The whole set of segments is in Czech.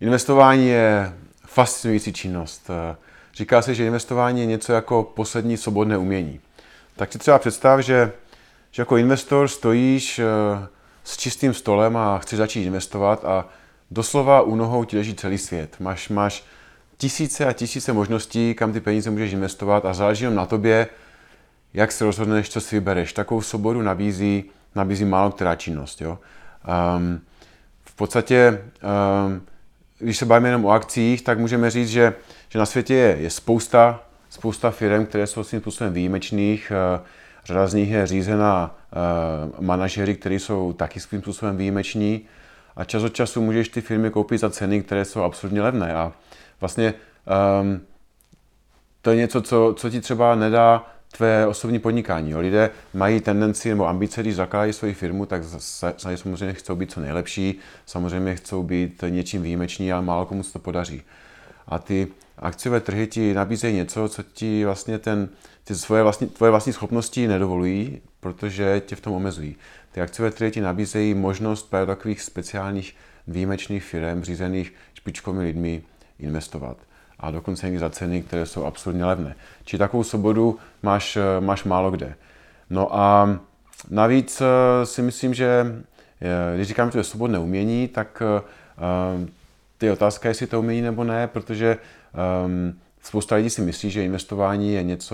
Investování je fascinující činnost. Říká se, že investování je něco jako poslední svobodné umění. Tak si třeba představ, že jako investor stojíš s čistým stolem a chceš začít investovat a doslova u nohou ti leží celý svět. Máš tisíce a tisíce možností, kam ty peníze můžeš investovat a záleží jenom na tobě, jak se rozhodneš, co si vybereš. Takovou svobodu nabízí málo která činnost. Jo? V podstatě, když se bavíme jenom o akcích, tak můžeme říct, že na světě je spousta firm, které jsou svým způsobem výjimečných. Řada z nich je řízená manažery, kteří jsou taky svým způsobem výjimeční. A čas od času můžeš ty firmy koupit za ceny, které jsou absurdně levné. A vlastně to je něco, co ti třeba nedá tvé osobní podnikání. Jo. Lidé mají tendenci nebo ambice, když zakládají svoji firmu, tak samozřejmě chcou být co nejlepší, samozřejmě chcou být něčím výjimeční, ale málo komu se to podaří. A ty akciové trhy ti nabízejí něco, co ti vlastně tvoje vlastní schopnosti nedovolují, protože tě v tom omezují. Ty akciové trhy ti nabízejí možnost právě takových speciálních výjimečných firm, řízených špičkovými lidmi, investovat. A dokonce někdy za ceny, které jsou absurdně levné. Či takovou svobodu máš málo kde. No a navíc si myslím, že když říkám, že to je svobodné umění, tak je otázka, jestli to umění nebo ne, protože spousta lidí si myslí, že investování je něco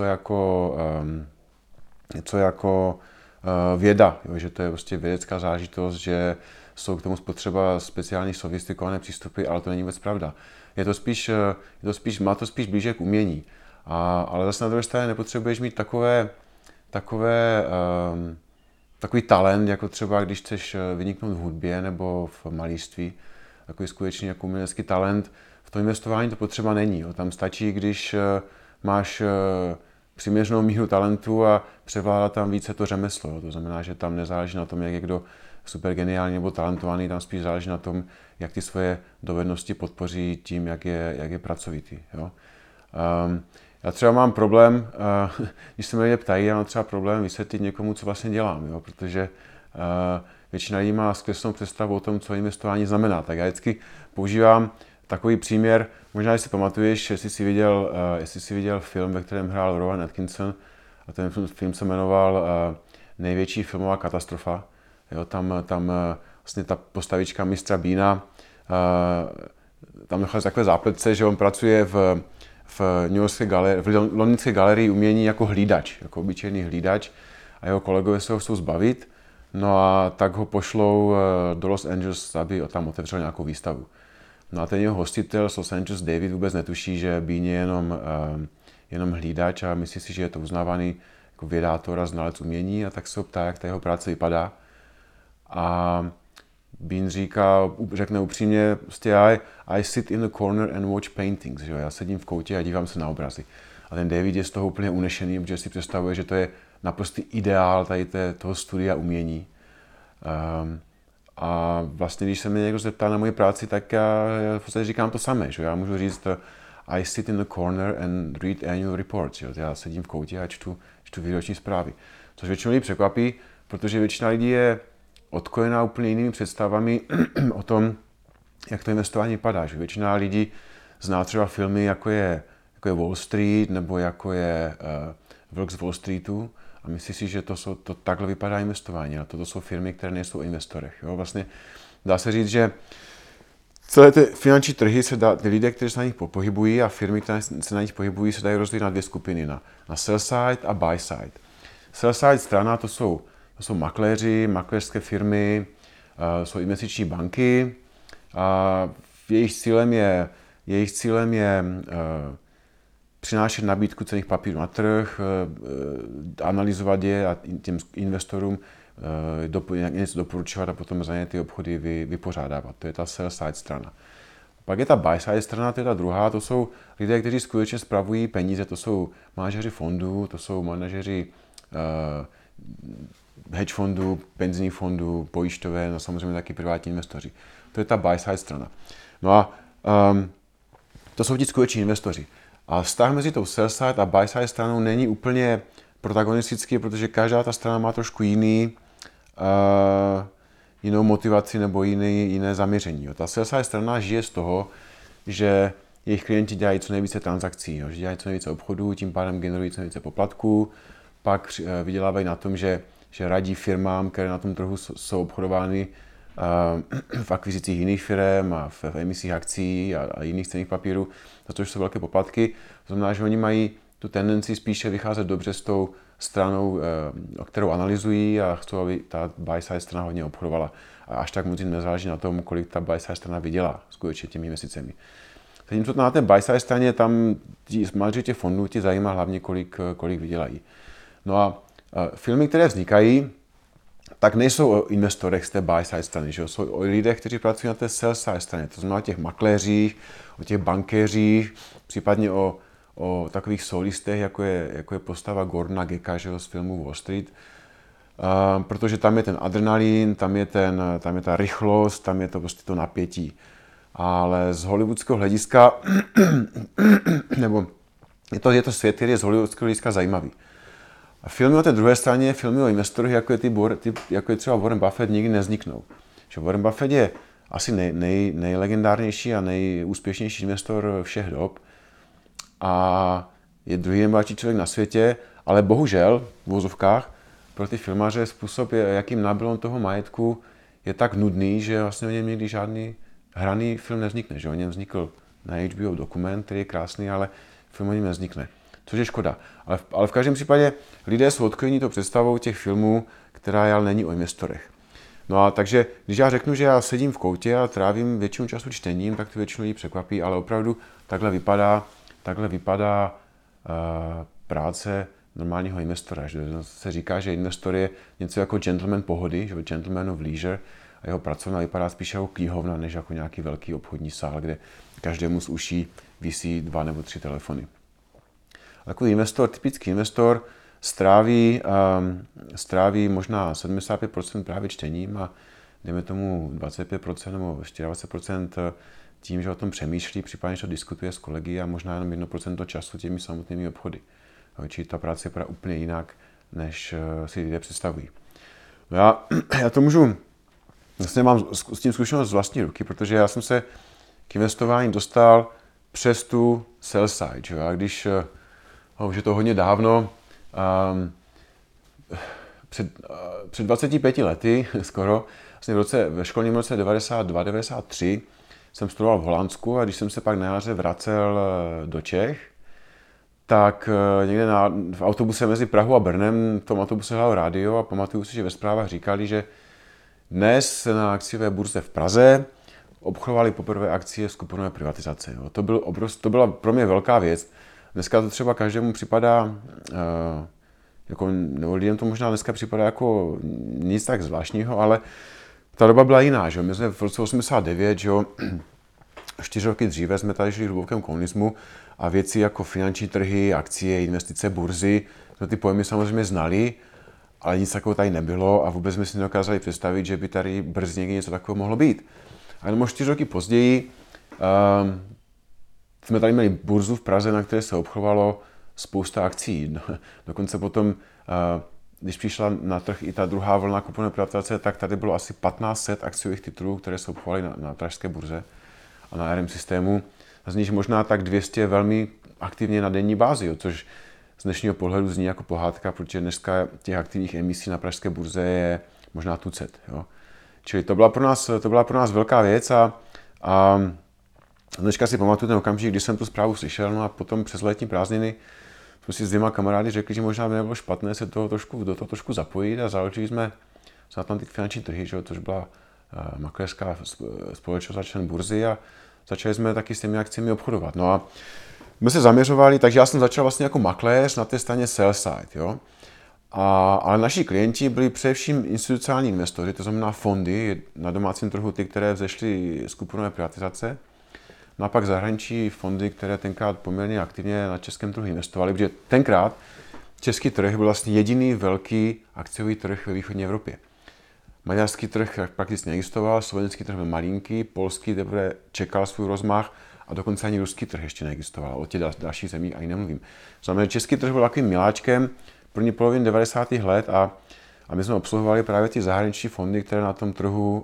jako věda, jo, že to je prostě vědecká záležitost, že jsou k tomu spotřeba speciální sofistikované přístupy, ale to není vůbec pravda. Má to spíš blíže k umění. Ale zase na druhé straně nepotřebuješ mít takový talent, jako třeba když chceš vyniknout v hudbě nebo v malířství, takový skutečně jako umělecký talent. V tom investování to potřeba není. Jo. Tam stačí, když máš přiměřenou míru talentu a převládá tam více to řemeslo. Jo. To znamená, že tam nezáleží na tom, jak je kdo super geniální nebo talentovaný, tam spíš záleží na tom, jak ty svoje dovednosti podpoří tím, jak je pracovitý. Jo. Já třeba mám problém, když se mě lidé ptají, já mám třeba problém vysvětlit někomu, co vlastně dělám, jo, protože většina lidí má zkreslenou představu o tom, co investování znamená. Tak já vždycky používám takový příměr, možná, že si pamatuješ, jestli jsi viděl film, ve kterém hrál Rowan Atkinson, a ten film se jmenoval Největší filmová katastrofa. Jo, tam vlastně ta postavička mistra Beana, tam dochází takové zápletce, že on pracuje v londýnské galerii umění jako hlídač, jako obyčejný hlídač a jeho kolegové se ho chcou zbavit, no a tak ho pošlou do Los Angeles, aby tam otevřel nějakou výstavu. No a ten jeho hostitel z Los Angeles, David, vůbec netuší, že Bean je jenom hlídač a myslí si, že je to uznávaný jako vědátor a znalec umění a tak se ho ptá, jak ta jeho práce vypadá. A Bean řekne upřímně, prostě I sit in the corner and watch paintings, že jo? Já sedím v koutě a dívám se na obrazy. A ten David je z toho úplně unešený, protože si představuje, že to je naprostý ideál tady toho studia umění. A vlastně, když se mě někdo zeptá na moji práci, tak já v podstatě říkám to samé. Že? Já můžu říct, I sit in the corner and read annual reports. Že? Já sedím v koutě a čtu výroční zprávy. Což většinou lidí překvapí, protože většina lidí je odkojená úplně jinými představami o tom, jak to investování vypadá. Že? Většina lidí zná třeba filmy, jako je Wall Street nebo jako je Vlk z Wall Streetu a myslí si, že to takhle vypadá investování. A toto jsou firmy, které nejsou o investorech. Jo? Vlastně dá se říct, že celé ty finanční trhy ty lidé, kteří se na nich pohybují a firmy, které se na nich pohybují, se dají rozdělit na dvě skupiny, na sell side a buy side. Sell side strana to jsou makléři, makléřské firmy, jsou investiční banky a jejich cílem je přinášet nabídku cenných papírů na trh, analyzovat je a těm investorům něco doporučovat a potom za ně ty obchody vypořádávat. To je ta sell side strana. Pak je ta buy side strana, to je ta druhá, to jsou lidé, kteří skutečně spravují peníze, to jsou manažeři fondů, to jsou manažeři hedge fondů, penzijních fondů, pojišťoven a samozřejmě taky privátní investoři. To je ta buy side strana. No a to jsou ti skuteční investoři. A vztah mezi tou sell side a buy side stranou není úplně protagonistický, protože každá ta strana má trošku jinou motivaci nebo jiné zaměření. Jo. Ta sell-side strana žije z toho, že jejich klienti dělají co nejvíce transakcí, jo, že dělají co nejvíce obchodů, tím pádem generují co nejvíce poplatků, pak vydělávají na tom, že radí firmám, které na tom trhu jsou obchodovány v akvizicích jiných firm a v emisích akcí a jiných cenných papírů, za to, že jsou velké poplatky. To znamená, že oni mají tu tendenci spíše vycházet dobře s tou stranou, kterou analyzují a chcou, aby ta buy-side strana hodně obchodovala. A až tak moc jim nezáleží na tom, kolik ta buy-side strana vydělá skutečně těmi investicemi. Zatímco na té buy-side straně tam manažeři těch fondů ti zajímá hlavně, kolik vydělají. No a filmy, které vznikají, tak nejsou o investorech z té buy-side strany, že? Jsou o lidech, kteří pracují na té sell-side straně, to znamená o těch makléřích, o těch bankéřích, případně o takových solistech, jako je postava Gordona Gecka, že? Z filmu Wall Street, protože tam je ten adrenalin, tam je ta rychlost, tam je to prostě to napětí. Ale z hollywoodského hlediska, nebo je to svět, který je z hollywoodského hlediska zajímavý. A filmy o té druhé straně, filmy o investorech, jako je třeba Warren Buffett, nikdy nevzniknou. Že Warren Buffett je asi nejlegendárnější a nejúspěšnější investor všech dob a je druhý nejbohatší člověk na světě, ale bohužel v uvozovkách pro ty filmaře způsob, jakým nabyl on toho majetku, je tak nudný, že vlastně o něm nikdy žádný hraný film nevznikne. Že o něm vznikl na HBO dokument, který je krásný, ale film o něm nevznikne. Což je škoda. Ale v každém případě lidé jsou odklonní tou představou těch filmů, která ale není o investorech. No a takže, když já řeknu, že já sedím v koutě a trávím většinu času čtením, tak to většinu lidí překvapí, ale opravdu takhle vypadá práce normálního investora. Že se říká, že investor je něco jako gentleman pohody, že gentleman of leisure, a jeho pracovna vypadá spíš jako knihovna, než jako nějaký velký obchodní sál, kde každému z uší visí 2 nebo 3 telefony. Takový investor, typický investor, stráví možná 75% právě čtením a dejme tomu 25% nebo 24% tím, že o tom přemýšlí, případně, že to diskutuje s kolegy a možná jenom 1% času těmi samotnými obchody. Čili ta práce vypadá úplně jinak, než si lidé představují. No já to můžu, vlastně mám s tím zkušenost z vlastní ruky, protože já jsem se k investování dostal přes tu sell side. Že? A když už je to hodně dávno, před 25 lety skoro, vlastně ve školním roce 92-93 jsem studoval v Holandsku a když jsem se pak na jaře vracel do Čech, tak někde v autobuse mezi Prahou a Brnem, v tom autobuse hrálo rádio a pamatuju si, že ve zprávách říkali, že dnes na akciové burze v Praze obchodovali poprvé akcie skupinové privatizace. Jo. To byla pro mě velká věc. Dneska to třeba každému připadá, nebo lidem to možná dneska připadá jako nic tak zvláštního, ale ta doba byla jiná. Že? My jsme v roce 89, že? 4 roky dříve jsme tady žili v hlubokém komunismu a věci jako finanční trhy, akcie, investice, burzy, jsme ty pojmy samozřejmě znali, ale nic takového tady nebylo a vůbec jsme si nedokázali představit, že by tady brzy někdy něco takového mohlo být. A jenom 4 roky později jsme tady měli burzu v Praze, na které se obchodovalo spousta akcí. Dokonce potom, když přišla na trh i ta druhá vlna kuponové privatizace, tak tady bylo asi 1500 akciových titulů, které se obchodovaly na pražské burze a na RM systému. Z nich možná tak 200 velmi aktivně na denní bázi, jo, což z dnešního pohledu zní jako pohádka, protože dneska těch aktivních emisí na pražské burze je možná tucet. Jo. Čili to byla pro nás velká věc a dneška si pamatuju ten okamžik, kdy jsem tu zprávu slyšel, no a potom přes letní prázdniny jsme si s 2 kamarády řekli, že možná by nebylo špatné se do toho trošku zapojit a založili jsme Atlantic finanční trhy, že, což byla makléřská společnost a člen burzy a začali jsme taky s těmi akciemi obchodovat. No a my se zaměřovali, takže já jsem začal vlastně jako makléř na té straně sell side, jo. Ale naši klienti byli především institucionální investoři, to znamená fondy na domácím trhu, ty, které vzešly z kuponové privatizace. No a pak zahraniční fondy, které tenkrát poměrně aktivně na českém trhu investovaly, protože tenkrát český trh byl vlastně jediný velký akciový trh ve východní Evropě. Maďarský trh prakticky neexistoval, slovenský trh byl malinký, polský teprve čekal svůj rozmach a dokonce ani ruský trh ještě neexistoval. O těch dalších zemích ani nemluvím. Znamená, že český trh byl takovým miláčkem první poloviny 90. let a A my jsme obsluhovali právě ty zahraniční fondy, které na tom trhu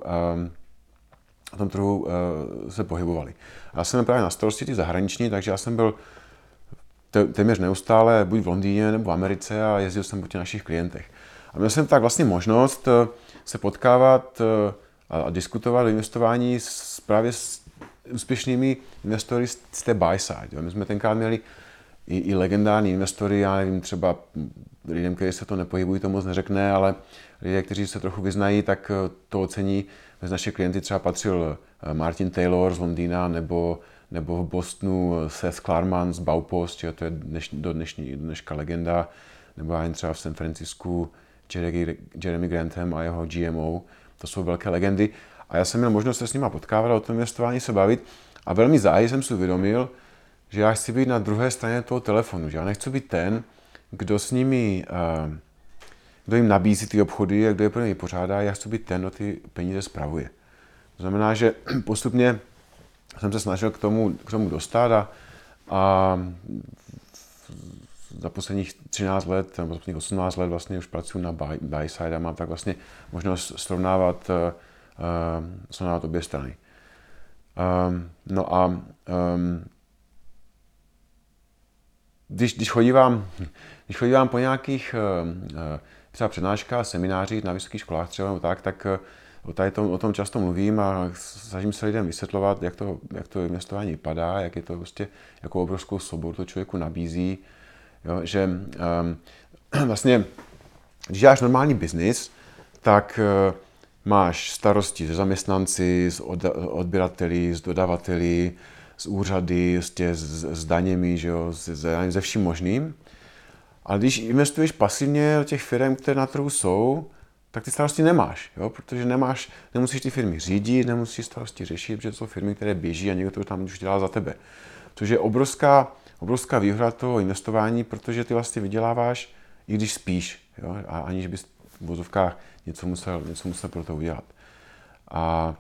se pohybovaly. A já jsem měl právě na starosti ty zahraniční, takže já jsem byl téměř neustále buď v Londýně nebo v Americe a jezdil jsem po těch našich klientech. A měl jsem tak vlastně možnost se potkávat a diskutovat o investování právě s úspěšnými investory z té buy side. Jo. My jsme tenkrát měli i legendární investory, já nevím, třeba lidem, kteří se to nepohybují, to moc neřekne, ale lidé, kteří se trochu vyznají, tak to ocení. Mezi naše klienty třeba patřil Martin Taylor z Londýna nebo v Bostonu Seth Klarman z Baupost, jo, to je do dneška legenda, nebo já jen třeba v San Francisku Jeremy Grantham a jeho GMO, to jsou velké legendy. A já jsem měl možnost se s nima potkávat a o tom investování se bavit a velmi záhy jsem si uvědomil, že já chci být na druhé straně toho telefonu, že já nechci být ten, kdo s nimi, kdo jim nabízí ty obchody a kdo je pro ně vypořádá, já chci být ten, kdo ty peníze spravuje. To znamená, že postupně jsem se snažil k tomu dostat a za posledních 13 let, nebo posledních 18 let vlastně už pracuji na buy side a mám tak vlastně možnost srovnávat obě strany. Když chodívám po nějakých třeba přednáškách, seminářích na vysokých školách třeba nebo tak o tom často mluvím a snažím se lidem vysvětlovat, jak to investování vypadá, jak je to prostě, jakou obrovskou svobodu to člověku nabízí. Jo, že vlastně, když děláš normální biznis, tak máš starosti se zaměstnanci, s odběrateli, s dodavateli, s úřady, s daněmi, že jo, se vším možným. Ale když investuješ pasivně do těch firm, které na trhu jsou, tak ty starosti nemáš, jo? Protože nemusíš ty firmy řídit, nemusíš starosti řešit, protože to jsou firmy, které běží a někdo to tam už dělá za tebe. Což je obrovská výhoda toho investování, protože ty vlastně vyděláváš, i když spíš, jo? A aniž bys v vozovkách něco musel pro to udělat. A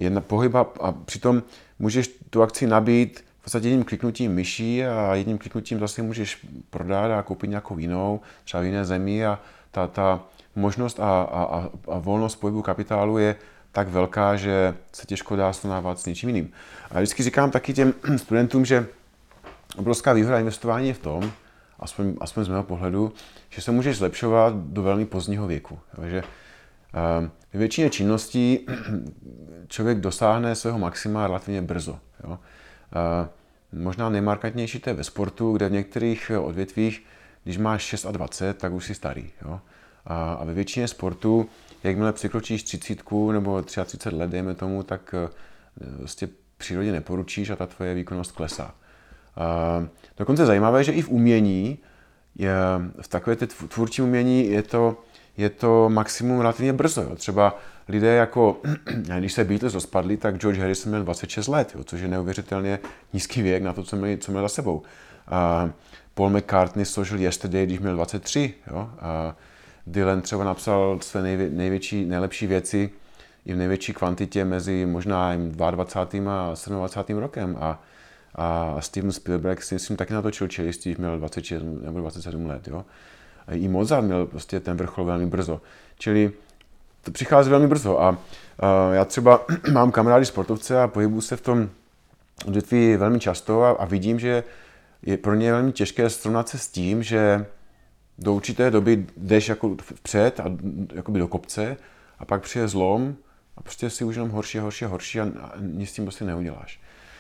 přitom můžeš tu akci nabít v podstatě jedním kliknutím myší a jedním kliknutím zase můžeš prodat a koupit nějakou jinou, třeba v jiné zemi a ta možnost a volnost pohybu kapitálu je tak velká, že se těžko dá srovnávat s něčím jiným. A vždycky říkám taky těm studentům, že obrovská výhoda investování je v tom, aspoň z mého pohledu, že se můžeš zlepšovat do velmi pozdního věku. Takže ve většině činností člověk dosáhne svého maxima relativně brzo. Jo. Možná nejmarkantnější to je ve sportu, kde v některých odvětvích, když máš 26, tak už jsi starý. Jo. A ve většině sportu, jakmile překročíš 30 nebo 33 let, dejme tomu, tak vlastně přírodě neporučíš a ta tvoje výkonnost klesá. Dokonce zajímavé, že i v umění, v takové tvůrčím umění je to maximum relativně brzo. Jo. Třeba lidé jako, když se Beatles rozpadli, tak George Harrison měl 26 let, jo, což je neuvěřitelně nízký věk na to, co měl za sebou. Paul McCartney složil Yesterday, když měl 23. Jo. Dylan třeba napsal své nejlepší věci i v největší kvantitě mezi možná 22. a 27. rokem. A Steven Spielberg si myslím taky natočil čelisti, když měl 26 nebo 27 let. Jo. I Mozart měl prostě ten vrchol velmi brzo. Čili to přichází velmi brzo. A já třeba mám kamarády sportovce a pohybuju se v tom odvětví velmi často a vidím, že je pro ně velmi těžké srovnat se s tím, že do určité doby jdeš jako vpřed a jakoby do kopce a pak přijde zlom a prostě si už jenom horší a nic s tím prostě neuděláš.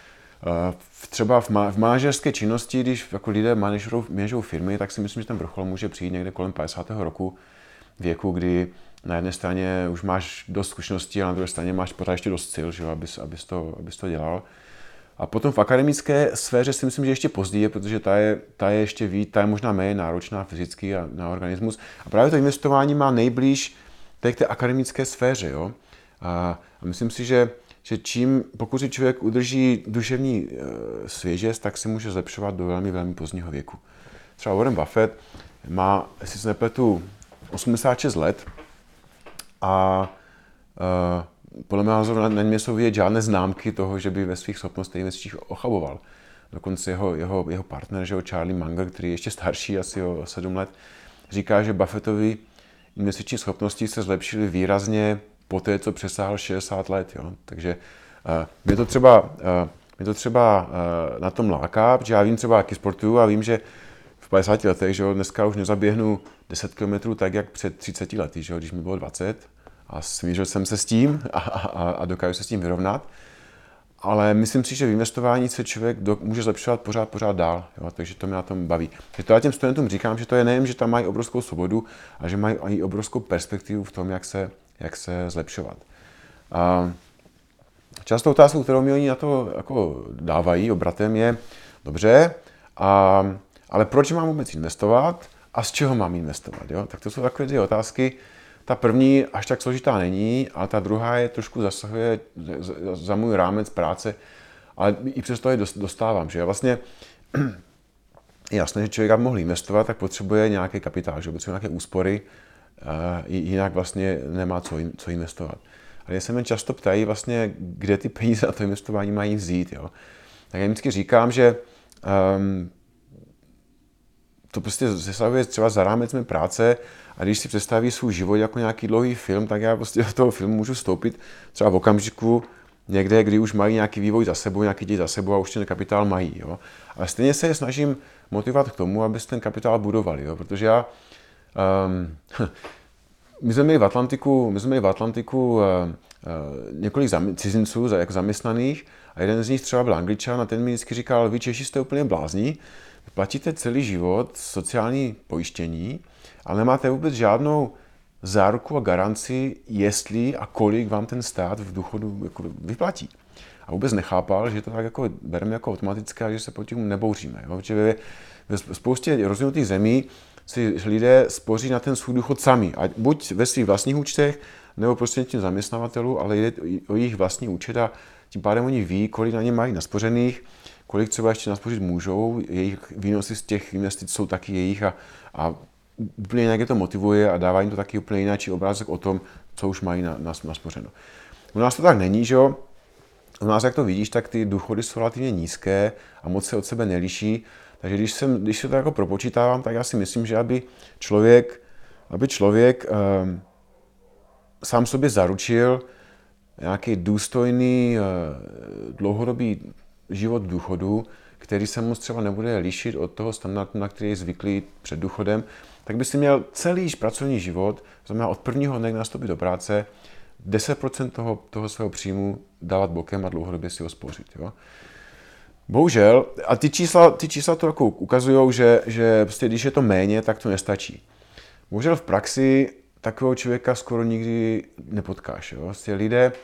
Třeba v manažerské činnosti, když jako lidé manažují firmy, tak si myslím, že ten vrchol může přijít někde kolem 50. roku věku, kdy na jedné straně už máš dost zkušeností a na druhé straně máš pořád ještě dost sil, že, abys to dělal. A potom v akademické sféře si myslím, že ještě později, protože ta je ještě víc, ta je možná méně náročná fyzicky a na organismus. A právě to investování má nejblíž k té akademické sféře. Jo? A myslím si, že pokud si člověk udrží duševní svěžest, tak se může zlepšovat do velmi, velmi pozdního věku. Třeba Warren Buffett má, jestli se nepletu, 86 let a podle mého názoru na něm jsou vidět žádné známky toho, že by ve svých schopnostech investičních ochaboval. Dokonce jeho partner, že Charlie Munger, který je ještě starší, asi o 7 let, říká, že Buffettovi investiční schopnosti se zlepšily výrazně po té, co přesáhl 60 let. Jo? Takže mě to třeba na tom láká, protože já vím třeba, jaký sportuju a vím, že v 50 letech, že jo, dneska už nezaběhnu 10 km tak, jak před 30 lety, že jo, když mi bylo 20 a smířil jsem se s tím a dokážu se s tím vyrovnat. Ale myslím si, že v investování se člověk může zlepšovat pořád dál, jo? Takže to mě na tom baví. Takže to já těm studentům říkám, že to je nejen, že tam mají obrovskou svobodu, a že mají i obrovskou perspektivu v tom, jak se zlepšovat. A často otázkou, kterou mi oni na to jako dávají obratem, je dobře, ale proč mám vůbec investovat a z čeho mám investovat? Jo? Tak to jsou takové dvě otázky. Ta první až tak složitá není, ale ta druhá je trošku zasahuje za můj rámec práce, ale i přesto je dostávám. Že vlastně je jasné, že člověk, aby mohl investovat, tak potřebuje nějaký kapitál, že potřebuje nějaké úspory, jinak vlastně nemá co investovat. Ale se mě často ptají vlastně, kde ty peníze na to investování mají vzít. Jo? Tak já vždycky říkám, že to prostě zasahuje třeba za rámec mé práce a když si představí svůj život jako nějaký dlouhý film, tak já prostě do toho filmu můžu vstoupit třeba v okamžiku někde, kdy už mají nějaký vývoj za sebou, nějaký děj za sebou a už ten kapitál mají. Jo? Ale stejně se je snažím motivovat k tomu, aby ten kapitál budovali, jo? Protože já my jsme měli v Atlantiku několik cizinců jako zaměstnaných a jeden z nich třeba byl Angličan a ten mi vždycky říkal, vy Češi jste úplně blázni, platíte celý život sociální pojištění, ale nemáte vůbec žádnou záruku a garanci, jestli a kolik vám ten stát v důchodu jako vyplatí. A vůbec nechápal, že to tak jako bereme jako automatické a že se po tím nebouříme. Jo? Protože ve spoustě rozvinutých zemí si lidé spoří na ten svůj důchod sami. A buď ve svých vlastních účtech, nebo prostřednictvím zaměstnavatelů, ale jde o jejich vlastní účet a tím pádem oni ví, kolik na ně mají naspořených, kolik třeba ještě naspořit můžou, jejich výnosy z těch investic jsou taky jejich a úplně jinak je to motivuje a dává jim to taky úplně jiný obrázek o tom, co už mají naspořeno. U nás to tak není, že jo? U nás, jak to vidíš, tak ty důchody jsou relativně nízké a moc se od sebe neliší. Takže když se to jako propočítávám, tak já si myslím, že aby člověk sám sobě zaručil nějaký důstojný dlouhodobý život důchodu, který se moc třeba nebude lišit od toho standardu, na který je zvyklý před důchodem, tak by si měl celý pracovní život, znamená od prvního dne, nastoupit do práce, 10% toho svého příjmu dávat bokem a dlouhodobě si ho spořit. Jo? Bohužel, a ty čísla to jako ukazují, že prostě, když je to méně, tak to nestačí. Bohužel v praxi takového člověka skoro nikdy nepotkáš. Jo? Prostě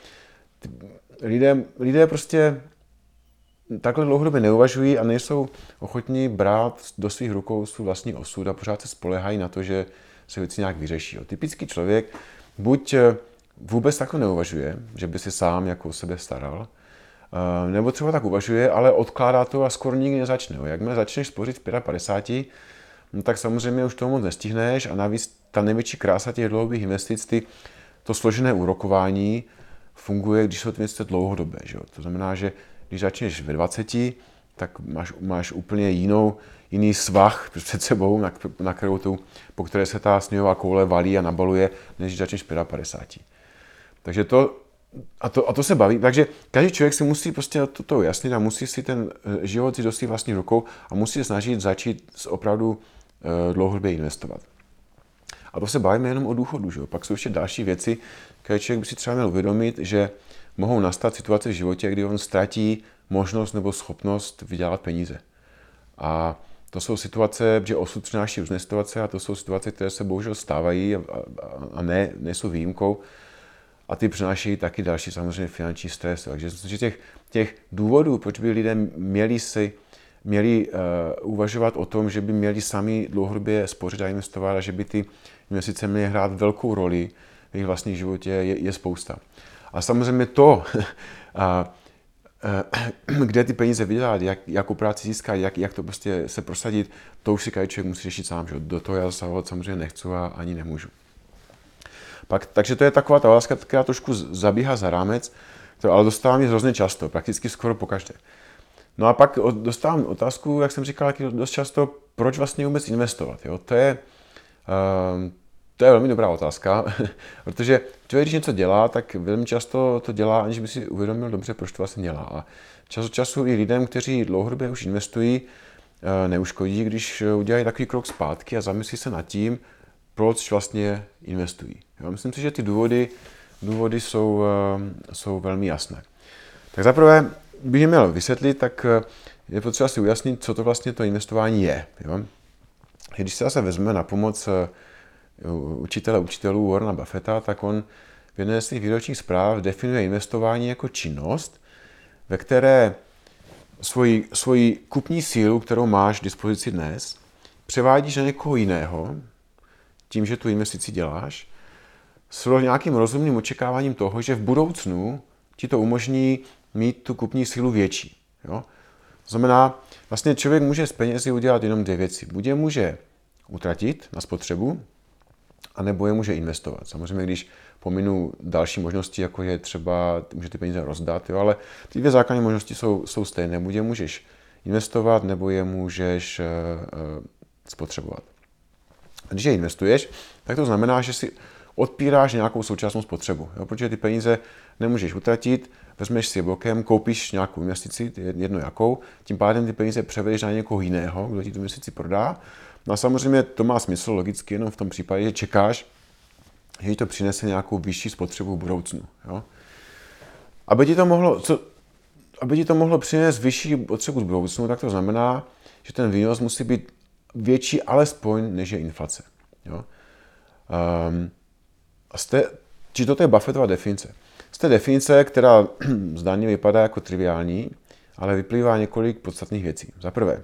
lidé prostě takhle dlouhodobě neuvažují a nejsou ochotní brát do svých rukou svůj vlastní osud a pořád se spoléhají na to, že se věci nějak vyřeší. Jo? Typický člověk buď vůbec takhle neuvažuje, že by si sám jako o sebe staral, nebo třeba tak uvažuje, ale odkládá to a skoro nikdy nezačne. Jakmile začneš spořit v 55, no tak samozřejmě už toho moc nestihneš a navíc ta největší krása těch dlouhodobých investic, to složené úrokování funguje, když jsou ty investice dlouhodobé. Že? To znamená, že když začneš ve 20, tak máš úplně jiný svah před sebou, na kterou po které se ta sněhová koule valí a nabaluje, než když začneš v 55. Takže to se baví. Takže každý člověk si musí prostě toto ujasnit a musí si ten život si do svých vlastních rukou a musí se snažit začít opravdu dlouhodobě investovat. A to se bavíme jenom o důchodu. Že? Pak jsou ještě další věci, které člověk by si třeba měl uvědomit, že mohou nastat situace v životě, kdy on ztratí možnost nebo schopnost vydělat peníze. A to jsou situace, že osud přináší různé situace a to jsou situace, které se bohužel stávají a nejsou výjimkou. A ty přináší taky další samozřejmě finanční stres. Takže těch důvodů, proč by lidé měli uvažovat o tom, že by měli sami dlouhodobě spořit a investovat a že by ty investice měly hrát velkou roli v jejich vlastním životě, je spousta. A samozřejmě to, kde ty peníze vydělat, jakou práci získat, jak to prostě se prosadit, to už si každý člověk musí řešit sám. Že? Do toho já zasahovat samozřejmě nechci a ani nemůžu. Takže to je taková ta otázka, která trošku zabíhá za rámec, ale dostávám ji hrozně často, prakticky skoro pokaždé. No a pak dostávám otázku, jak jsem říkal, dost často, proč vlastně vůbec investovat. Jo? To je To je velmi dobrá otázka, protože člověk, když něco dělá, tak velmi často to dělá, aniž by si uvědomil dobře, proč to vlastně dělá. A čas od času i lidem, kteří dlouhodobě už investují, neuškodí, když udělají takový krok zpátky a zamyslí se nad tím, proč vlastně investují. Já myslím si, že ty důvody jsou velmi jasné. Tak zaprvé, bych je měl vysvětlit, tak je potřeba si ujasnit, co to vlastně to investování je. Jo? Když se zase vezme na pomoc učitelů Warrena Buffetta, tak on v jedné z těch výročních zpráv definuje investování jako činnost, ve které svoji kupní sílu, kterou máš k dispozici dnes, převádíš na někoho jiného, tím, že tu investici děláš, s nějakým rozumným očekáváním toho, že v budoucnu ti to umožní mít tu kupní sílu větší. Jo? To znamená, vlastně člověk může z penězi udělat jenom dvě věci. Buď je může utratit na spotřebu, anebo je může investovat. Samozřejmě, když pominu další možnosti, jako je třeba, může ty peníze rozdat, jo, ale ty dvě základní možnosti jsou stejné. Buď je můžeš investovat, nebo je můžeš spotřebovat. A když je investuješ, tak to znamená, že si odpíráš nějakou současnou spotřebu, jo, protože ty peníze nemůžeš utratit, vezmeš si je bokem, koupíš nějakou investici, jedno jakou, tím pádem ty peníze převedeš na někoho jiného, kdo ti tu investici prodá. No a samozřejmě to má smysl logicky jenom v tom případě, že čekáš, že ti to přinese nějakou vyšší spotřebu v budoucnu. Jo? Aby ti to mohlo přinést vyšší spotřebu v budoucnu, tak to znamená, že ten výnos musí být větší alespoň než je inflace. Jo? Či toto je Buffettova definice. Z té definice, která zdánně vypadá jako triviální, ale vyplývá několik podstatných věcí. Za prvé,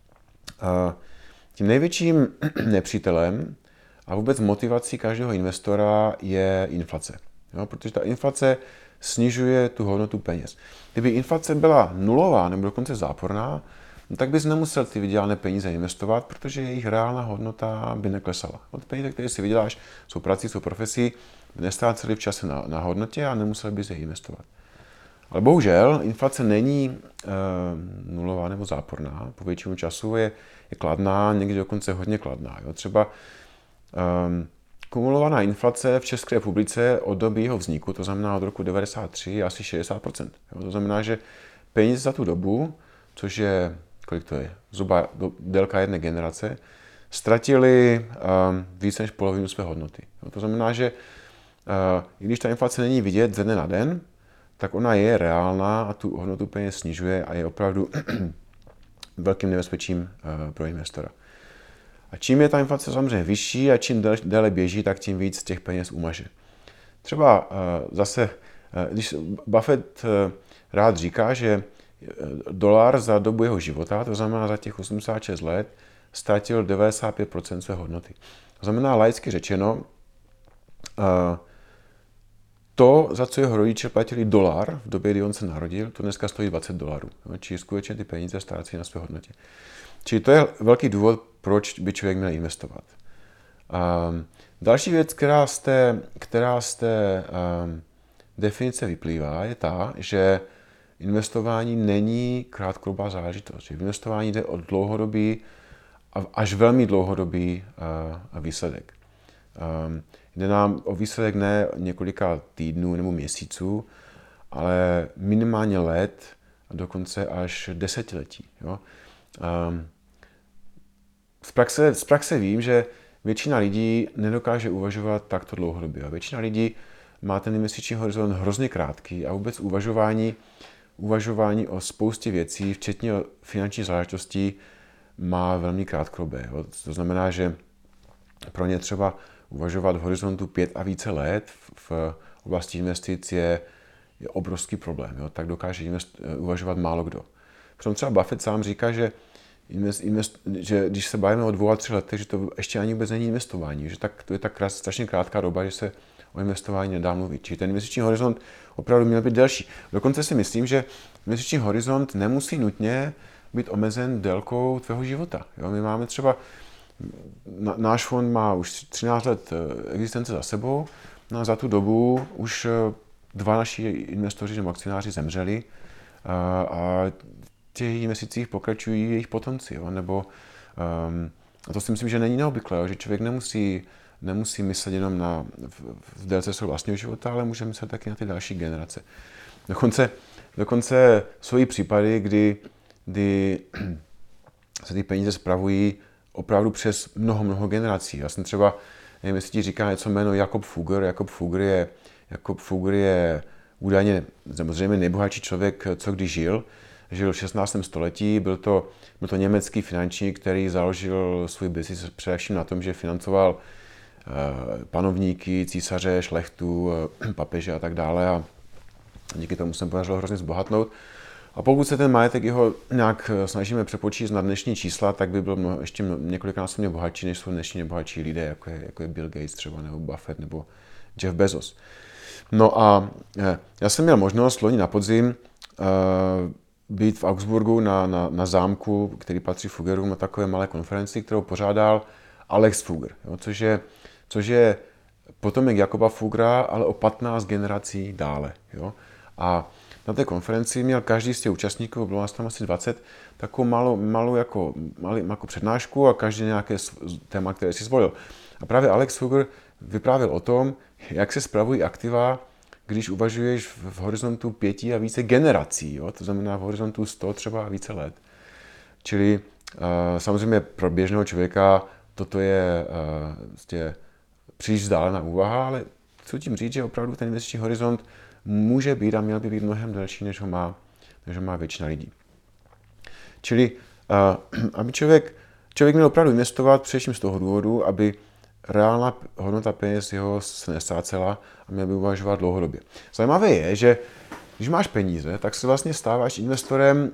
tím největším nepřítelem a vůbec motivací každého investora je inflace. Jo? Protože ta inflace snižuje tu hodnotu peněz. Kdyby inflace byla nulová nebo dokonce záporná, no tak bys nemusel ty vydělané peníze investovat, protože jejich reálná hodnota by neklesala. Od peníze, které si vyděláš, jsou prací, jsou profesí, by nestráceli v čase na hodnotě a nemusel bys je investovat. Ale bohužel inflace není nulová nebo záporná. Po většinu času je kladná, někdy dokonce hodně kladná. Jo? Třeba kumulovaná inflace v České republice od doby jeho vzniku, to znamená od roku 1993, je asi 60%. Jo? To znamená, že peníze za tu dobu, což je, kolik to je, zhruba délka jedné generace, ztratili více než polovinu své hodnoty. Jo? To znamená, že i když ta inflace není vidět ze dne na den, tak ona je reálná a tu hodnotu peněz snižuje a je opravdu velkým nebezpečím pro investora. A čím je ta inflace samozřejmě vyšší a čím déle běží, tak tím víc těch peněz umaže. Třeba zase, když Buffett rád říká, že dolar za dobu jeho života, to znamená za těch 86 let, ztratil 95% své hodnoty. To znamená laicky řečeno, to, za co jeho rodiče platili dolar v době, kdy on se narodil, to dneska stojí $20. Čili skutečně ty peníze ztrácí na své hodnotě. Čili to je velký důvod, proč by člověk měl investovat. Další věc, která z té definice vyplývá, je ta, že investování není krátkodobá záležitost. Že investování jde o dlouhodobý, až velmi dlouhodobý výsledek. Jde nám o výsledek ne z týdnů nebo měsíců, ale minimálně let a dokonce až desetiletí. Jo? Z praxe vím, že většina lidí nedokáže uvažovat takto dlouhodobě. Většina lidí má ten investiční horizont hrozně krátký a vůbec uvažování o spoustě věcí, včetně finanční záležitostí, má velmi krátkodobé. To znamená, že pro ně třeba uvažovat v horizontu 5 a více let v oblasti investic je obrovský problém. Jo? Tak dokáže uvažovat málo kdo. Přitom třeba Buffett sám říká, že když se bavíme o 2 a 3 letech, že to ještě ani vůbec není investování, že to je tak strašně krátká doba, že se o investování nedá mluvit. Čili ten investiční horizont opravdu měl být delší. Dokonce si myslím, že investiční horizont nemusí nutně být omezen délkou tvého života. Jo? My máme třeba náš fond má už 13 let existence za sebou, no a za tu dobu už 2 naši investoři nebo akcionáři zemřeli a těch investicích pokračují jejich potomci. Jo? Nebo, a to si myslím, že není neobvyklé, že člověk nemusí nemusí myslet jenom v délce svého vlastního života, ale může myslet taky na ty další generace. Dokonce jsou i případy, kdy se ty peníze spravují opravdu přes mnoho generací. Já jsem třeba, nevím, jestli ti říká něco jméno Jakob Fugger. Jakob Fugger je údajně samozřejmě nejbohatší člověk, co kdy žil. Žil v 16. století, byl to německý finančník, který založil svůj biznis především na tom, že financoval panovníky, císaře, šlechtu, papeže a tak dále. A díky tomu se podařilo hrozně zbohatnout. A pokud se ten majetek jeho nějak snažíme přepočíst na dnešní čísla, tak by byl ještě několikanásobně bohatší, než jsou dnešní nejbohatší lidé, jako je Bill Gates třeba, nebo Buffett, nebo Jeff Bezos. No a já jsem měl možnost loni na podzim být v Augsburgu na zámku, který patří Fuggerům, na takové malé konferenci, kterou pořádal Alex Fugger, jo, což je potomek Jakoba Fuggera, ale o 15 generací dále. Jo. A na té konferenci měl každý z těch účastníků, bylo nás tam asi 20, takovou malou jako přednášku a každý nějaké téma, které si zvolil. A právě Alex Fugger vyprávěl o tom, jak se spravují aktiva, když uvažuješ v horizontu 5 a více generací, jo? To znamená v horizontu 100 třeba a více let. Čili samozřejmě pro běžného člověka toto je příliš vzdálená úvaha, ale chci tím říct, že opravdu ten investiční horizont může být a měl by být mnohem delší, než ho má většina lidí. Čili aby člověk měl opravdu investovat především z toho důvodu, aby reálná hodnota peněz jeho se nestrácela a měl by uvažovat dlouhodobě. Zajímavé je, že když máš peníze, tak se vlastně stáváš investorem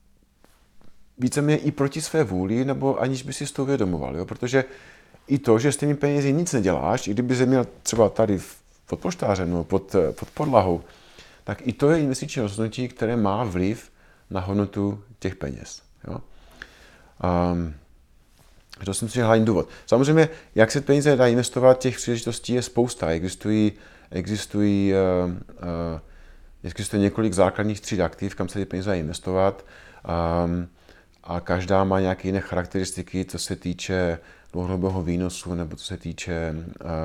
víceméně i proti své vůli, nebo aniž by si to uvědomoval. Jo? Protože i to, že s těmi penězi nic neděláš, i kdyby jsi měl třeba tady pod poštářem nebo pod podlahou, tak i to je investiční rozhodnutí, které má vliv na hodnotu těch peněz. Jo? To si myslím, že hlavní důvod. Samozřejmě, jak se peníze dá investovat, těch příležitostí je spousta. Existuje několik základních tříd aktiv, kam se ty peníze dá investovat. A každá má nějaké jiné charakteristiky, co se týče dlouhodobého výnosu nebo co se týče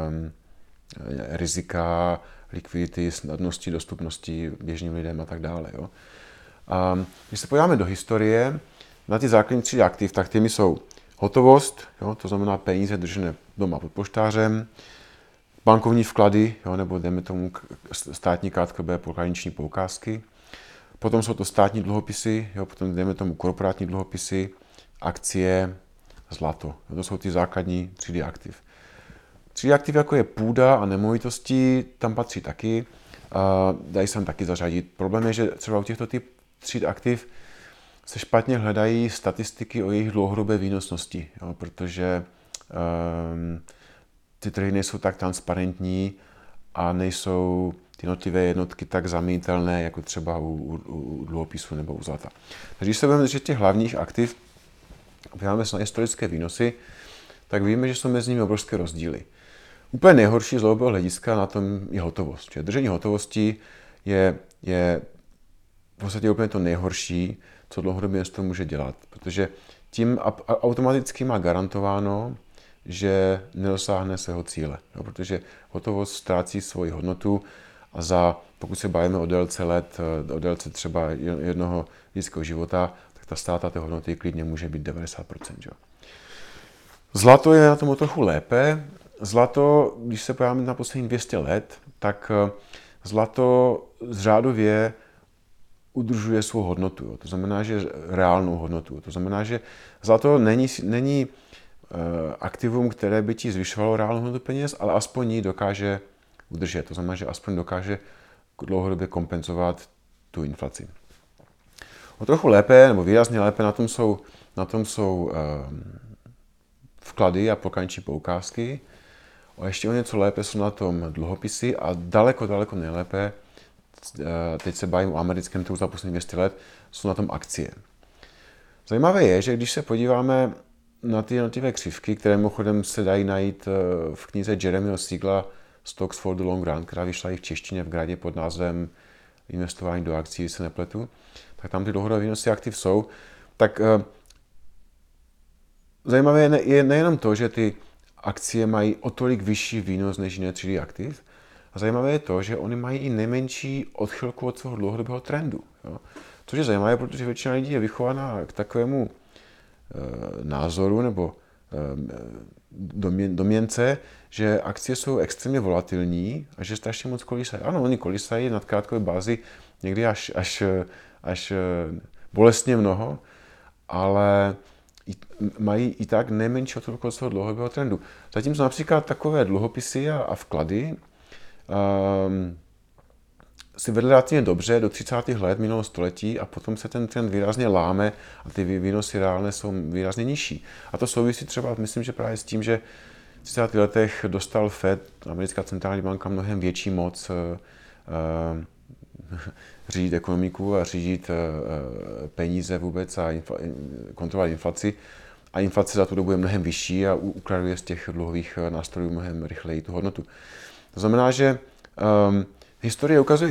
rizika, likvidity, snadnosti, dostupnosti běžným lidem a tak dále. Jo. Když se podíváme do historie, na ty základní třídy aktiv, tak těmi jsou hotovost, jo, to znamená peníze držené doma pod poštářem, bankovní vklady, jo, nebo dejme tomu státní krátkodobé pokladniční poukázky. Potom jsou to státní dluhopisy, jo, potom dejme tomu korporátní dluhopisy, akcie, zlato. Jo, to jsou ty základní třídy aktiv. Třídy aktiv, jako je půda a nemovitosti, tam patří taky. Dají se tam taky zařadit. Problém je, že třeba u těchto tříd aktiv se špatně hledají statistiky o jejich dlouhodobé výnosnosti, jo, protože ty trhy nejsou tak transparentní a nejsou ty jednotlivé jednotky tak zamítatelné, jako třeba u dluhopisů nebo u zlata. Takže když se budeme držet těch hlavních aktiv a podíváme se na historické výnosy, tak víme, že jsou mezi nimi obrovské rozdíly. Úplně nejhorší z dlouhodobého hlediska na tom je hotovost. Čili držení hotovosti je v podstatě úplně to nejhorší, co dlouhodobě investor může dělat, protože tím automaticky má garantováno, že nedosáhne svého cíle, jo, protože hotovost ztrácí svoji hodnotu a pokud se bavíme o délce let, o délce třeba jednoho lidského života, tak ta ztráta té hodnoty klidně může být 90%. Jo. Zlato je na tom o trochu lépe. Zlato, když se podíváme na posledních 200 let, tak zlato řádově udržuje svou hodnotu. Jo. To znamená, že reálnou hodnotu. To znamená, že zlato není aktivum, které by ti zvyšovalo reálnou hodnotu peněz, ale aspoň ji dokáže udržet. To znamená, že aspoň dokáže dlouhodobě kompenzovat tu inflaci. O trochu lépe, nebo výrazně lépe na tom jsou vklady a pokladniční poukázky. A ještě o něco lépe jsou na tom dluhopisy a daleko nejlépe, teď se bavím o americkém trhu za poslední 200 let, jsou na tom akcie. Zajímavé je, že když se podíváme na ty jednotlivé křivky, které mimochodem se dají najít v knize Jeremyho Siegla Stocks for the Long Run, která vyšla i v češtině v Gradě pod názvem Investování do akcí, když se nepletu, tak tam ty dlouhodobé výnosy aktiv jsou. Tak zajímavé je nejenom to, že ty akcie mají o tolik vyšší výnos než jiné třídy aktiv. A zajímavé je to, že oni mají i nejmenší odchylku od svého dlouhodobého trendu. Jo. Což je zajímavé, protože většina lidí je vychovaná k takovému názoru nebo domněnce, že akcie jsou extrémně volatilní a že strašně moc kolísají. Ano, oni kolísají na krátkové bázi někdy až bolestně mnoho, ale mají i tak nejmenší odchylku od svého dlouhodobého trendu. Zatímco například takové dluhopisy a vklady si vedli relativně dobře do 30. let minulého století a potom se ten trend výrazně láme a ty výnosy reálné jsou výrazně nižší. A to souvisí třeba, myslím, že právě s tím, že v 30. letech dostal Fed, americká centrální banka, mnohem větší moc řídit ekonomiku a řídit peníze vůbec a kontrolovat inflaci. A inflace za tu dobu je mnohem vyšší a ukraduje z těch dluhových nástrojů mnohem rychleji tu hodnotu. To znamená, že historie ukazuje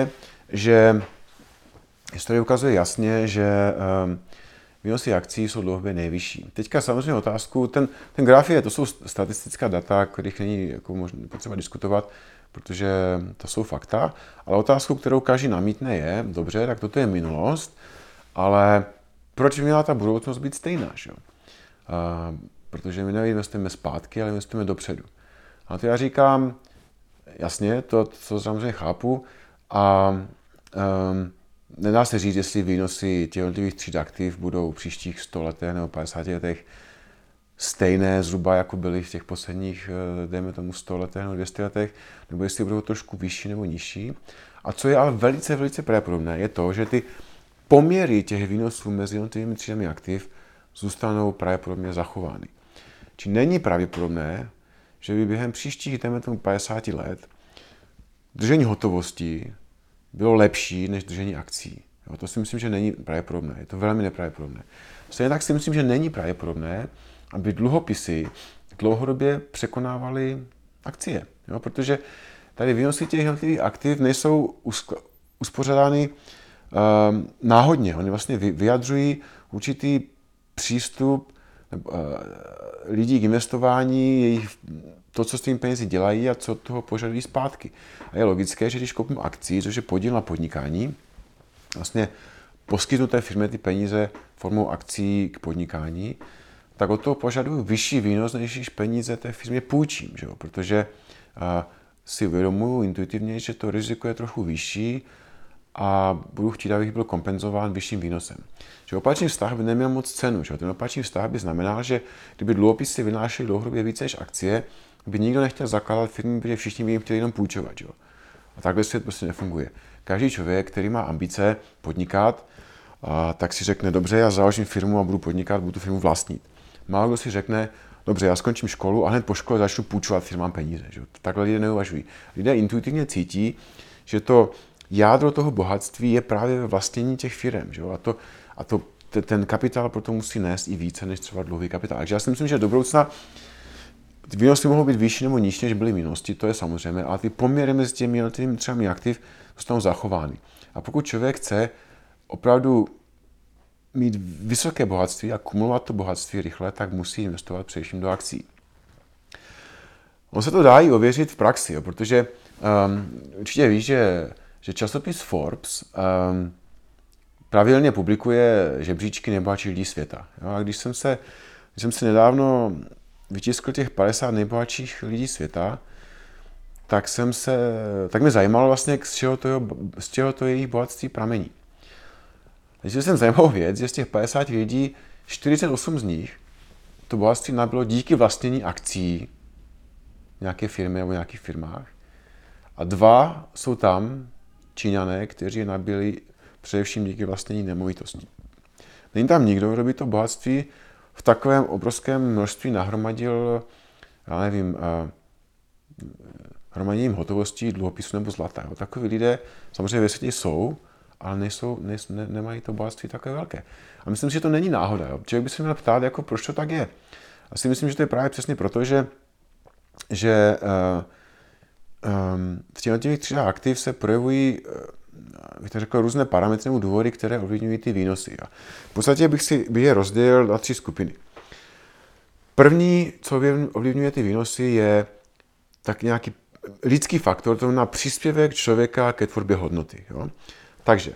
jasně, že výnosy akcí jsou dlouhodobě nejvyšší. Teďka samozřejmě otázku, ten graf to jsou statistická data, kterých není jako potřeba diskutovat, protože to jsou fakta, ale otázku, kterou každý namítne je, dobře, tak toto je minulost, ale proč by měla ta budoucnost být stejná? Že? Protože my neinvestujeme zpátky, ale investujeme dopředu. A to já říkám, jasně, to samozřejmě chápu a nedá se říct, jestli výnosy těch jednotlivých tříd aktiv budou v příštích 100 letech nebo 50 letech stejné zhruba, jako byly v těch posledních, dejme tomu 100 letech nebo 200 letech, nebo jestli budou trošku vyšší nebo nižší. A co je ale velice, velice pravděpodobné, je to, že ty poměry těch výnosů mezi jednotlivými třídami aktiv zůstanou pravděpodobně zachovány. Či není pravděpodobné, že by během příštích, dejme tomu 50 let, držení hotovosti bylo lepší než držení akcí. Jo, to si myslím, že není pravděpodobné. Je to velmi nepravděpodobné. Stejně tak si myslím, že není pravděpodobné, aby dluhopisy dlouhodobě překonávaly akcie. Jo, protože tady výnosy těch jednotlivých aktiv nejsou uspořádány náhodně. Oni vlastně vyjadřují určitý přístup lidí k investování, to, co s těmi penězi dělají a co toho požadují zpátky. A je logické, že když koupím akci, což je podíl na podnikání, vlastně poskytnu té firmě ty peníze formou akcí k podnikání, tak od toho požaduju vyšší výnos, než když peníze té firmě půjčím, že jo? Protože si uvědomuji intuitivně, že to riziko je trochu vyšší a budu chtít, abych byl kompenzován vyšším výnosem. Že opačný vztah by neměl moc cenu. Že? Ten opačný vztah by znamenal, že kdyby dluhopisy vynášely dlouhodobě více než akcie, by nikdo nechtěl zakládat firmy, protože všichni by jim chtěli jenom půjčovat. Že? A takhle svět prostě nefunguje. Každý člověk, který má ambice podnikat, tak si řekne, dobře, já založím firmu a budu podnikat, budu tu firmu vlastnit. Málo kdo si řekne, dobře, já skončím školu a hned po škole začnu půjčovat firmám peníze. Že? Takhle lidé neuvažují. Lidé intuitivně cítí, že to jádro toho bohatství je právě ve vlastnění těch firem. Že? Ten kapitál proto musí nést i více než třeba dlouhý kapitál. Takže já si myslím, že do budoucna ty výnosy mohou být vyšší nebo nižší, než byly minulosti, to je samozřejmě, ale ty poměry mezi těmi jednotlivými třemi aktiv zůstanou zachovány. A pokud člověk chce opravdu mít vysoké bohatství a kumulovat to bohatství rychle, tak musí investovat především do akcí. On se to dá i ověřit v praxi, jo, protože určitě víš, že časopis Forbes pravidelně publikuje žebříčky nejbohatších lidí světa. Jo, a když jsem si nedávno vytiskl těch 50 nejbohatších lidí světa, tak mě zajímalo vlastně, z čeho to jejich bohatství pramení. Zjistil jsem zajímavou věc, že z těch 50 lidí 48 z nich to bohatství nabylo díky vlastnění akcí nějaké firmy nebo nějakých firmách. A 2 jsou tam Číňané, kteří je nabili především díky vlastnění nemovitostí. Není tam nikdo, kdo by to bohatství v takovém obrovském množství nahromadil, já nevím, hromaděním hotovostí, dluhopisů nebo zlata. Jo. Takoví lidé samozřejmě ve světě jsou, ale nemají to bohatství takové velké. A myslím si, že to není náhoda. Jo. Člověk by se měl ptát, jako, proč to tak je. A si myslím, že to je právě přesně proto, že v těch jednotlivých třídách aktiv se projevují, bych to řekl, různé parametry nebo důvody, které ovlivňují ty výnosy. A v podstatě bych je rozdělil na 3 skupiny. První, co ovlivňuje ty výnosy, je tak nějaký lidský faktor, to znamená příspěvek člověka ke tvorbě hodnoty. Jo? Takže,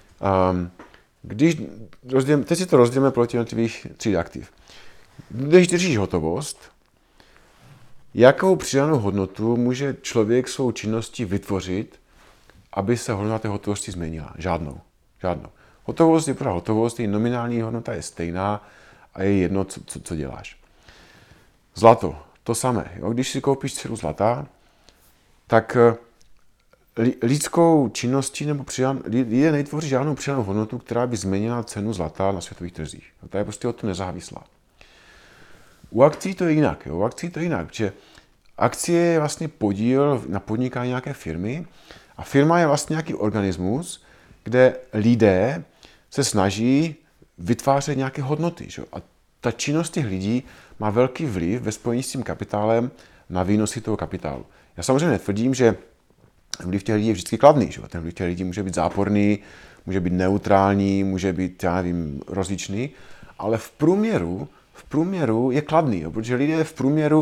teď si to rozdělíme proti jednotlivých tříd aktiv. Když držíš hotovost, jakou přidanou hodnotu může člověk svou činností vytvořit, aby se hodnota té hotovosti změnila? Žádnou. Hotovost je pořád hotovost, její nominální hodnota je stejná a je jedno, co děláš. Zlato, to samé. Jo? Když si koupíš dceru zlata, tak lidskou činností nebo lidé netvoří žádnou přidanou hodnotu, která by změnila cenu zlata na světových trzích. Ta je prostě od toho nezávislá. U akcí to je jinak. Jo? U akcí to je jinak, protože akcie je vlastně podíl na podnikání nějaké firmy a firma je vlastně nějaký organismus, kde lidé se snaží vytvářet nějaké hodnoty. Že? A ta činnost těch lidí má velký vliv ve spojení s tím kapitálem na výnosy toho kapitálu. Já samozřejmě netvrdím, že vliv těch lidí je vždycky kladný. Že? Ten vliv těch lidí může být záporný, může být neutrální, může být, já nevím, rozličný, ale v průměru je kladný, jo? Protože lidé v průměru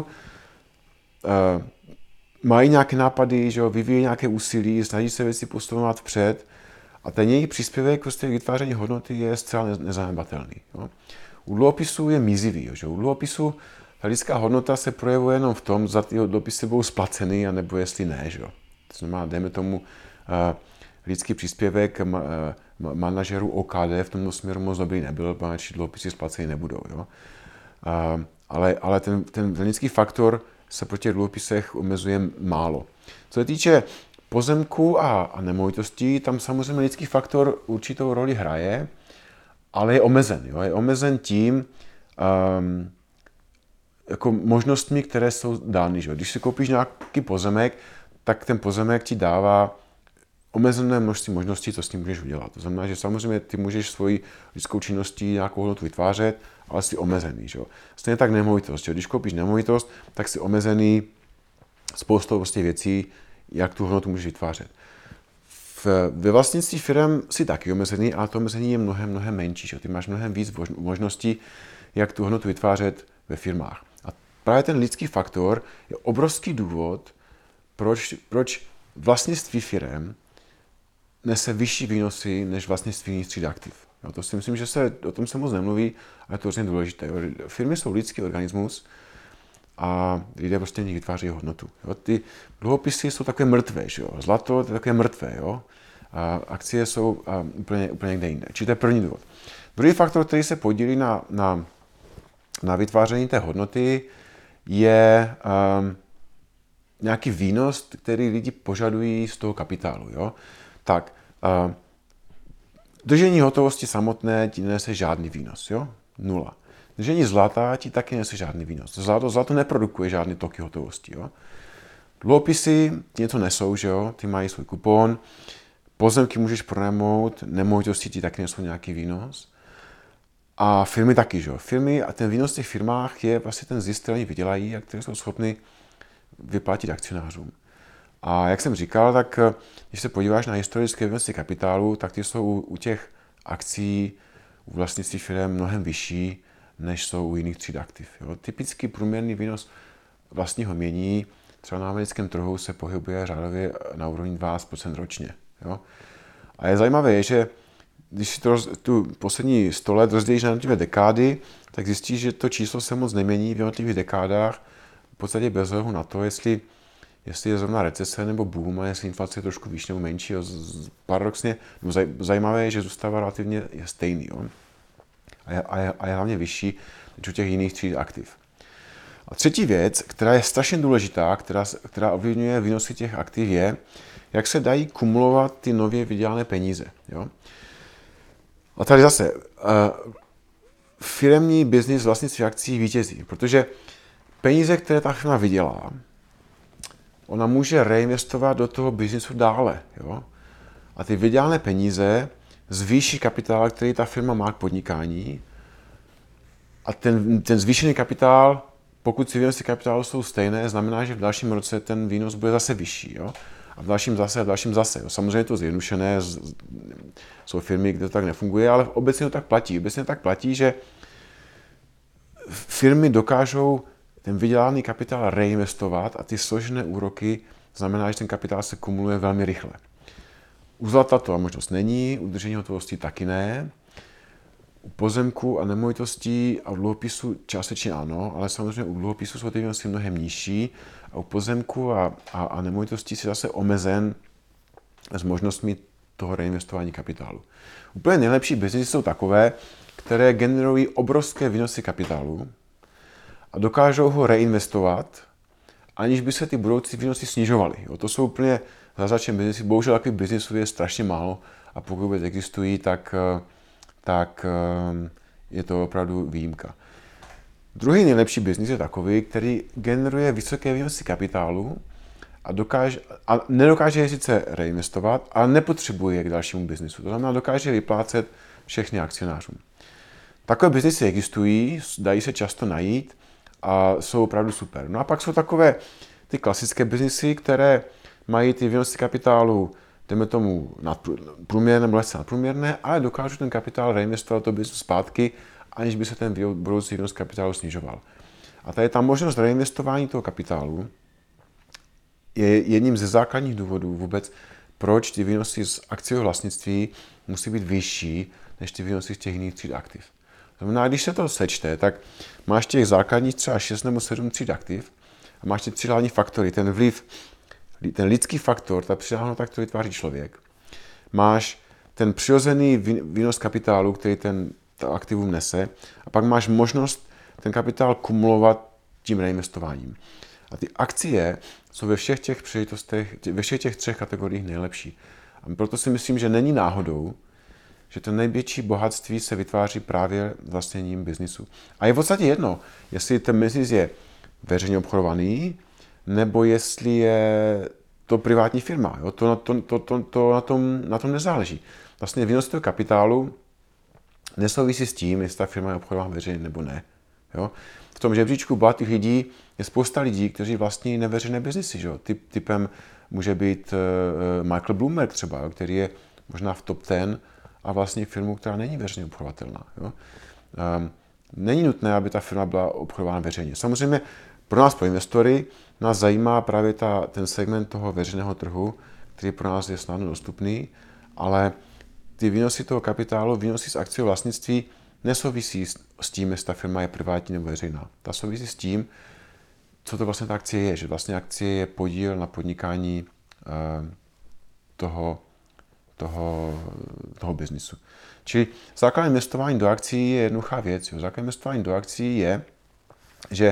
mají nějaké nápady, že jo? Vyvíjí nějaké úsilí, snaží se věci postupovat vpřed a ten jejich příspěvek prostě vytváření hodnoty je zcela nezanedbatelný. Jo? U dluhopisů je mizivý. Že? U dluhopisů ta lidská hodnota se projevuje jenom v tom, zda ty dluhopisy budou splaceny, anebo jestli ne. Že? To znamená, dejme tomu lidský příspěvek manažerů OKD v tomto směru moc dobrý nebyl, protože dluhopisy splaceny nebudou. Jo? Ale ten lidský faktor se pro těch dluhopisech omezuje málo. Co se týče pozemku a nemovitostí, tam samozřejmě lidský faktor určitou roli hraje, ale je omezen. Jo? Je omezen tím, jako možnostmi, které jsou dány. Že? Když si koupíš nějaký pozemek, tak ten pozemek ti dává omezené množství možností, co s tím můžeš udělat. To znamená, že samozřejmě ty můžeš svoji lidskou činností nějakou hodnotu vytvářet, ale jsi omezený. Že? Stejně tak nemovitost. Že? Když koupíš nemovitost, tak jsi omezený spoustou prostě věcí, jak tu hodnotu můžeš vytvářet. Ve vlastnictví firem si taky omezený, ale to omezení je mnohem menší. Že? Ty máš mnohem víc možností, jak tu hodnotu vytvářet ve firmách. A právě ten lidský faktor je obrovský důvod, proč vlastnictví firem nese vyšší výnosy než vlastnictví jiných tříd aktiv. Jo, to si myslím, že o tom se moc nemluví, ale je to hrozně důležité. Jo. Firmy jsou lidský organismus a lidé prostě v nich vytváří hodnotu. Jo. Ty dluhopisy jsou takové mrtvé, že jo. Zlato je takové mrtvé, jo. A akcie jsou úplně někde jinde. Čili to je první důvod. Druhý faktor, který se podílí na vytváření té hodnoty, je nějaký výnos, který lidi požadují z toho kapitálu. Jo? Tak, držení hotovosti samotné ti nenese žádný výnos. Jo? 0. Držení zlata ti taky nenese žádný výnos. Zlato neprodukuje žádný toky hotovosti. Jo? Dluhopisy ti něco nesou, že jo? Ty mají svůj kupon, pozemky můžeš pronajmout, nemovitosti ti taky nesou nějaký výnos. A firmy taky, že jo? Firmy a ten výnos v těch firmách je vlastně ten zisk, který oni vydělají a který jsou schopni vyplatit akcionářům. A jak jsem říkal, tak když se podíváš na historické výnosy kapitálu, tak ty jsou u těch akcí, u vlastnictví firm mnohem vyšší, než jsou u jiných tříd aktiv. Jo? Typický průměrný výnos vlastního jmění třeba na americkém trhu se pohybuje řádově na úrovni 12% ročně. Jo? A je zajímavé, že když si tu poslední 100 let rozdělíš na jednotlivé dekády, tak zjistíš, že to číslo se moc nemění v jednotlivých dekádách, v podstatě bez ohledu na to, jestli je zrovna recese nebo boom, a jestli inflace je trošku výš nebo menší. Paradoxně zajímavé je, že zůstává relativně stejný. Jo? A je hlavně vyšší než u těch jiných tříd aktiv. A třetí věc, která je strašně důležitá, která ovlivňuje výnosy těch aktiv, je, jak se dají kumulovat ty nově vydělané peníze. Jo? A tady zase firemní biznis vlastnictví akcí vítězí, protože peníze, které ta firma vydělá, ona může reinvestovat do toho biznisu dále. Jo? A ty vydělané peníze zvýší kapitál, který ta firma má k podnikání. A ten zvýšený kapitál, pokud si výnosy kapitálu jsou stejné, znamená, že v dalším roce ten výnos bude zase vyšší. Jo? A v dalším zase. Jo? Samozřejmě je to zjednodušené, jsou firmy, kde to tak nefunguje, ale obecně to tak platí. Obecně tak platí, že firmy dokážou ten vydělaný kapitál reinvestovat a ty složené úroky znamená, že ten kapitál se kumuluje velmi rychle. U zlata to možnost není, u držení hotovosti taky ne. U pozemku a nemovitostí a u dluhopisů částečně ano, ale samozřejmě u dluhopisů jsou ty výnosy mnohem nižší a u pozemku a nemovitostí si zase omezen s možnostmi toho reinvestování kapitálu. Úplně nejlepší biznesy jsou takové, které generují obrovské výnosy kapitálu a dokážou ho reinvestovat, aniž by se ty budoucí výnosy snižovaly. To jsou úplně zázračné biznesy. Bohužel takových biznesů je strašně málo a pokud vůbec existují, tak je to opravdu výjimka. Druhý nejlepší biznis je takový, který generuje vysoké výnosy kapitálu a nedokáže je sice reinvestovat, ale nepotřebuje je k dalšímu biznisu. To znamená, dokáže vyplácet všechny akcionářům. Takové biznisy existují, dají se často najít a jsou opravdu super. No a pak jsou takové ty klasické biznisy, které mají ty výnosy kapitálu, jdeme tomu průměrné nebo lehce nadprůměrné, ale dokážou ten kapitál reinvestovat do biznesu zpátky, aniž by se ten budoucí výnos kapitálu snižoval. A tady ta možnost reinvestování toho kapitálu je jedním ze základních důvodů vůbec, proč ty výnosy z akciového vlastnictví musí být vyšší než ty výnosy z těch jiných tříd aktiv. Znamená, když se to sečte, tak máš těch základních třeba 6 nebo 7 tříd aktiv a máš ty 3 hlavní faktory, ten vliv, ten lidský faktor, ta přidaná hodnota, kterou vytváří člověk. Máš ten přirozený výnos kapitálu, který to aktivum nese a pak máš možnost ten kapitál kumulovat tím reinvestováním. A ty akcie jsou ve všech těch příležitostech, ve všech těch 3 kategoriích nejlepší. A proto si myslím, že není náhodou, že to největší bohatství se vytváří právě vlastněním biznisu. A je v podstatě jedno, jestli ten biznis je veřejně obchodovaný, nebo jestli je to privátní firma. Jo? To na tom nezáleží. Vlastně výnos toho kapitálu nesouvisí s tím, jestli ta firma je obchodována veřejně nebo ne. Jo? V tom žebříčku bohatých lidí je spousta lidí, kteří vlastní neveřejné biznisy. Že? Typem může být Michael Bloomberg třeba, jo? Který je možná v top 10 a vlastní firmu, která není veřejně obchodovatelná. Jo? Není nutné, aby ta firma byla obchodována veřejně. Samozřejmě pro nás, pro investory, nás zajímá právě ten segment toho veřejného trhu, který pro nás je snadno dostupný, ale ty výnosy toho kapitálu, výnosy z akciového vlastnictví nesouvisí s tím, jestli ta firma je privátní nebo veřejná. Ta souvisí s tím, co to vlastně ta akcie je, že vlastně akcie je podíl na podnikání toho biznisu. Čili základ investování do akcií je jednoduchá věc. Jo. Základ investování do akcií je, že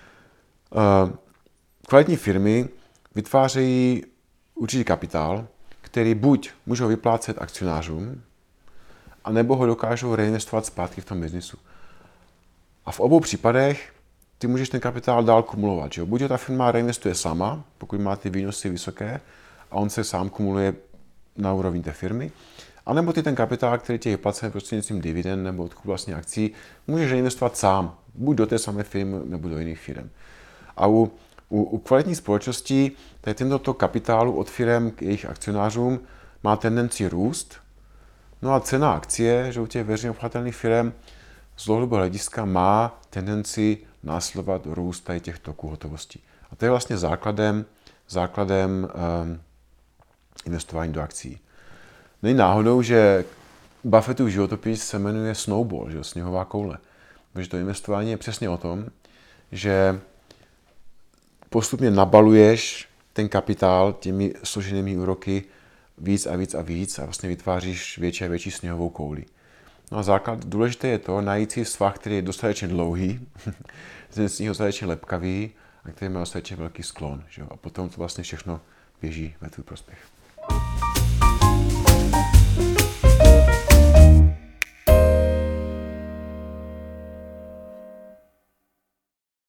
kvalitní firmy vytvářejí určitý kapitál, který buď můžou vyplácet akcionářům, anebo ho dokážou reinvestovat zpátky v tom biznisu. A v obou případech ty můžeš ten kapitál dál kumulovat. Že? Buď ho ta firma reinvestuje sama, pokud má ty výnosy vysoké a on se sám kumuluje na úrovni té firmy, anebo ty ten kapitál, který tě je vyplacen prostřednictvím dividend nebo odkupu vlastní akcí, můžeš reinvestovat sám, buď do té samé firmy nebo do jiných firm. A u kvalitní společností tady tento kapitálu od firm k jejich akcionářům má tendenci růst. No a cena akcie, že u těch veřejně obchodovatelných firm z dlouhodobého hlediska má tendenci následovat růst tady těch toků hotovostí. A to je vlastně základem investování do akcí. Není náhodou, že Buffettův životopis se jmenuje Snowball, že sněhová koule. Protože to investování je přesně o tom, že postupně nabaluješ ten kapitál těmi složenými úroky víc a víc a víc a vlastně vytváříš větší a větší sněhovou kouli. No a důležité je to najít si svah, který je dostatečně dlouhý, ten sníh dostatečně lepkavý a který má dostatečně velký sklon. Že? A potom to vlastně všechno běží ve tvůj prospěch.